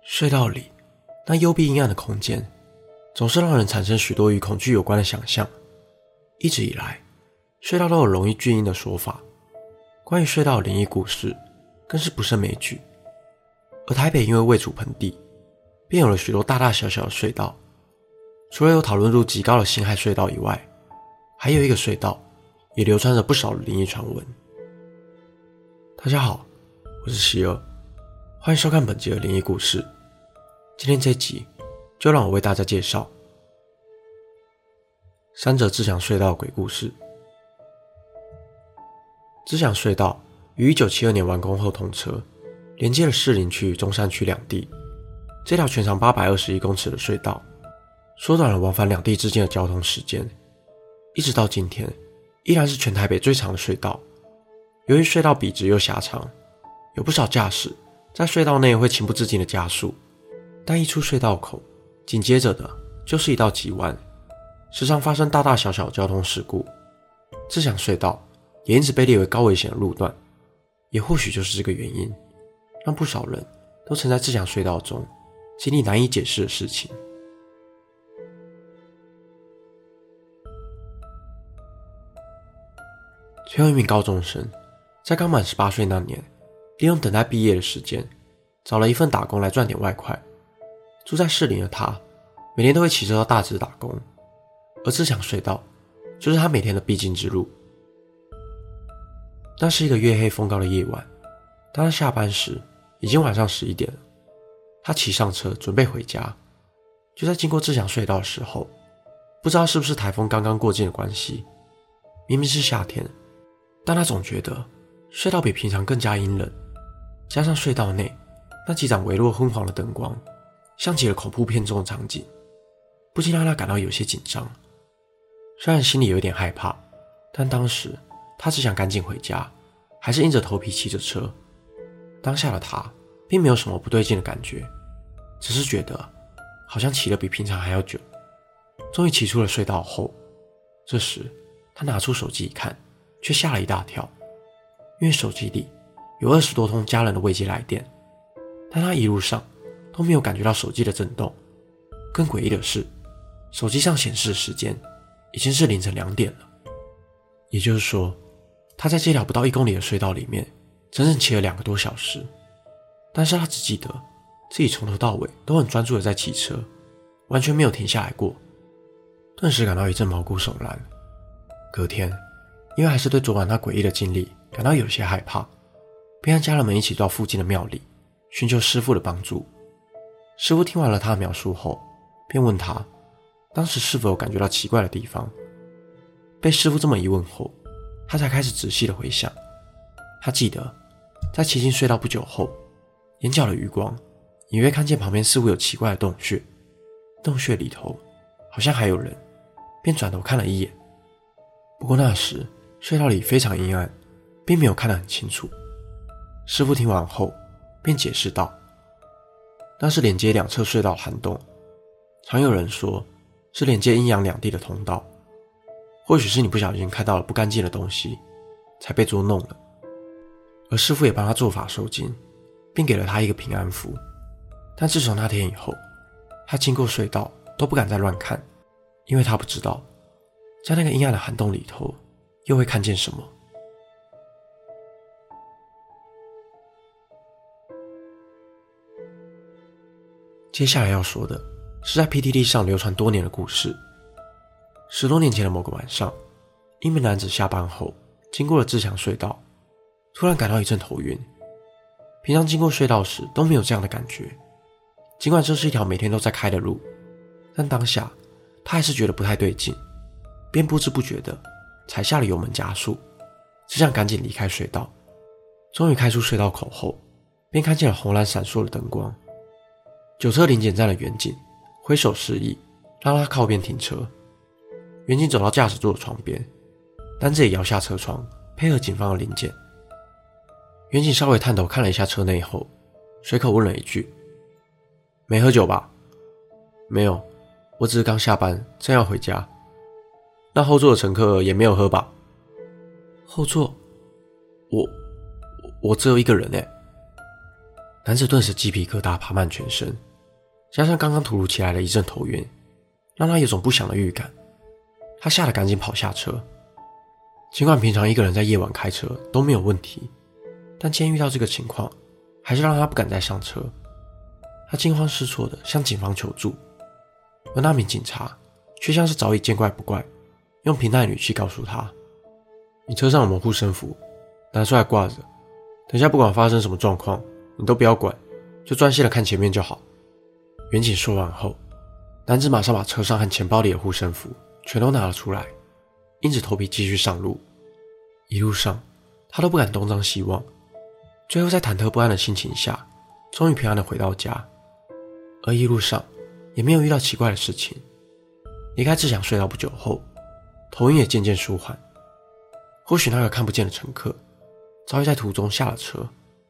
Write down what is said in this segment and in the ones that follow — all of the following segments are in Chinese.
隧道里那幽闭阴暗的空间，总是让人产生许多与恐惧有关的想象。一直以来，隧道都有容易聚阴的说法，关于隧道的灵异故事更是不胜枚举。而台北因为位处盆地，便有了许多大大小小的隧道。除了有讨论度极高的辛亥隧道以外，还有一个隧道也流传着不少的灵异传闻。大家好，我是希尔，欢迎收看本集的灵异故事。今天这集就让我为大家介绍三则自强隧道的鬼故事。自强隧道于1972年完工后通车，连接了士林区与中山区两地。这条全长821公尺的隧道缩短了往返两地之间的交通时间，一直到今天依然是全台北最长的隧道。由于隧道笔直又狭长，有不少驾驶在隧道内会情不自禁的加速，但一出隧道口，紧接着的就是一道急弯，时常发生大大小小的交通事故。自强隧道也因此被列为高危险的路段，也或许就是这个原因，让不少人都曾在自强隧道中经历难以解释的事情。曾有一名高中生在刚满18岁那年，利用等待毕业的时间，找了一份打工来赚点外快。住在士林的他，每天都会骑车到大直打工，而自强隧道就是他每天的必经之路。那是一个月黑风高的夜晚，当他下班时，已经晚上11点了。他骑上车准备回家，就在经过自强隧道的时候，不知道是不是台风刚刚过境的关系，明明是夏天，但他总觉得隧道比平常更加阴冷，加上隧道内那几盏微弱昏黄的灯光，像极了恐怖片中的场景，不禁让他感到有些紧张。虽然心里有点害怕，但当时他只想赶紧回家，还是硬着头皮骑着车。当下的他并没有什么不对劲的感觉，只是觉得好像骑得比平常还要久。终于骑出了隧道后，这时他拿出手机一看，却吓了一大跳，因为手机里有20多通家人的未接来电，但他一路上都没有感觉到手机的震动。更诡异的是，手机上显示的时间已经是凌晨2点了。也就是说，他在这条不到1公里的隧道里面整整骑了2个多小时，但是他只记得自己从头到尾都很专注的在骑车，完全没有停下来过，顿时感到一阵毛骨悚然。隔天，因为还是对昨晚那诡异的经历感到有些害怕，便和家人们一起到附近的庙里寻求师父的帮助。师父听完了他的描述后，便问他当时是否有感觉到奇怪的地方。被师父这么一问后，他才开始仔细的回想。他记得在骑进隧道不久后，眼角的余光隐约看见旁边似乎有奇怪的洞穴，洞穴里头好像还有人，便转头看了一眼。不过那时隧道里非常阴暗，并没有看得很清楚。师父听完后便解释道，那是连接两侧隧道的涵洞，常有人说是连接阴阳两地的通道，或许是你不小心看到了不干净的东西，才被捉弄了。而师父也帮他做法收金，并给了他一个平安符。但自从那天以后，他经过隧道都不敢再乱看，因为他不知道在那个阴暗的涵洞里头又会看见什么。接下来要说的是在 PTT 上流传多年的故事。10多年前的某个晚上，一名男子下班后经过了自强隧道，突然感到一阵头晕。平常经过隧道时都没有这样的感觉，尽管这是一条每天都在开的路，但当下他还是觉得不太对劲，便不知不觉地踩下了油门加速，只想赶紧离开隧道。终于开出隧道口后，便看见了红蓝闪烁的灯光。酒车临检站的员警挥手示意让他靠边停车。员警走到驾驶座的床边，单着也摇下车窗，配合警方的临检。员警稍微探头看了一下车内后，随口问了一句：没喝酒吧？没有，我只是刚下班，正要回家。那后座的乘客也没有喝吧？后座？我只有一个人耶。 男子顿时鸡皮疙瘩爬满全身，加上刚刚突如其来的一阵头晕，让他有种不祥的预感。他吓得赶紧跑下车。尽管平常一个人在夜晚开车都没有问题，但今天遇到这个情况，还是让他不敢再上车。他惊慌失措地向警方求助，而那名警察却像是早已见怪不怪，用平淡的语气告诉他：你车上有没有护身符，拿出来挂着，等下不管发生什么状况，你都不要管，就专心的看前面就好。远警说完后，男子马上把车上和钱包里的护身符全都拿了出来，硬着头皮继续上路。一路上他都不敢东张西望，最后在忐忑不安的心情下，终于平安的回到家。而一路上也没有遇到奇怪的事情。离开自强隧道不久后，头晕也渐渐舒缓。或许那个看不见的乘客早已在途中下了车。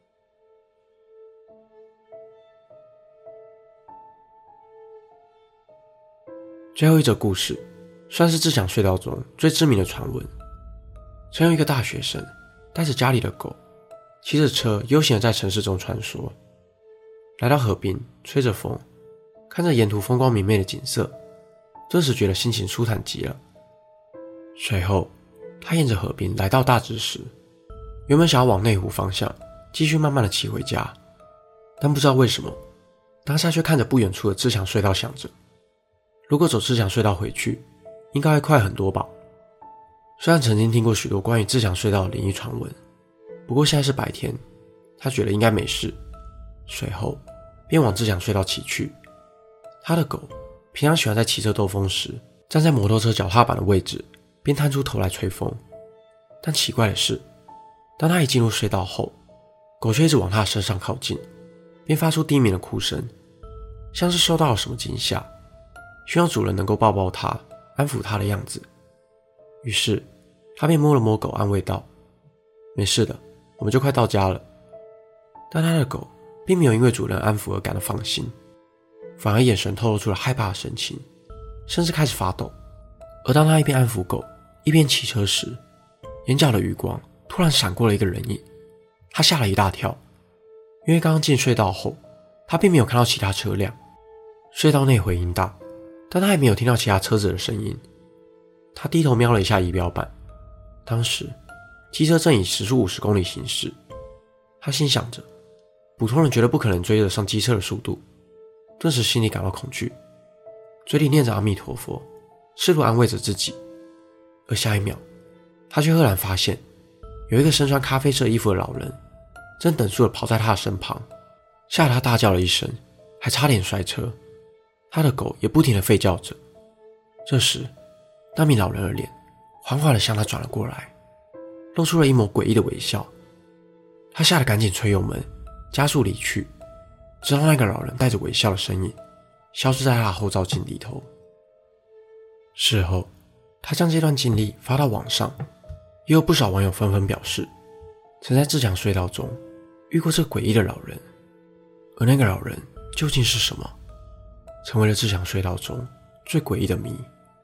最后一则故事算是自强隧道中最知名的传闻。曾有一个大学生带着家里的狗，骑着车悠闲地在城市中穿梭。来到河边，吹着风，看着沿途风光明媚的景色，顿时觉得心情舒坦极了。随后他沿着河边来到大直时，原本想要往内湖方向继续慢慢地骑回家，但不知道为什么，当下却看着不远处的自强隧道，想着如果走自强隧道回去，应该会快很多吧。虽然曾经听过许多关于自强隧道的灵异传闻，不过现在是白天，他觉得应该没事。随后便往自强隧道骑去。他的狗平常喜欢在骑车兜风时站在摩托车脚踏板的位置，便探出头来吹风。但奇怪的是，当他一进入隧道后，狗却一直往他的身上靠近，便发出低鸣的哭声，像是受到了什么惊吓，希望主人能够抱抱它，安抚它的样子。于是他便摸了摸狗，安慰道：没事的，我们就快到家了。但他的狗并没有因为主人安抚而感到放心，反而眼神透露出了害怕的神情，甚至开始发抖。而当他一边安抚狗一边骑车时，眼角的余光突然闪过了一个人影。他吓了一大跳，因为刚刚进隧道后，他并没有看到其他车辆。隧道内回音大，但他也没有听到其他车子的声音。他低头瞄了一下仪表板，当时机车正以时速50公里行驶。他心想着，普通人绝对不可能追得上机车的速度，顿时心里感到恐惧，嘴里念着阿弥陀佛，试图安慰着自己。而下一秒，他却赫然发现有一个身穿咖啡色衣服的老人正等速地跑在他的身旁，吓得他大叫了一声，还差点摔车。他的狗也不停地吠叫着。这时那名老人的脸缓缓地向他转了过来，露出了一抹诡异的微笑。他吓得赶紧催油门加速离去，直到那个老人带着微笑的身影消失在他的后照镜里头。事后他将这段经历发到网上，也有不少网友纷纷表示曾在自强隧道中遇过这个诡异的老人。而那个老人究竟是什么，成为了自强隧道中最诡异的谜。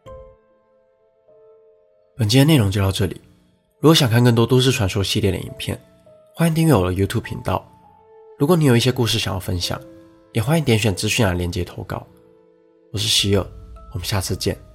本期的内容就到这里，如果想看更多都市传说系列的影片，欢迎订阅我的 YouTube 频道。如果你有一些故事想要分享，也欢迎点选资讯栏连结投稿。我是希尔，我们下次见。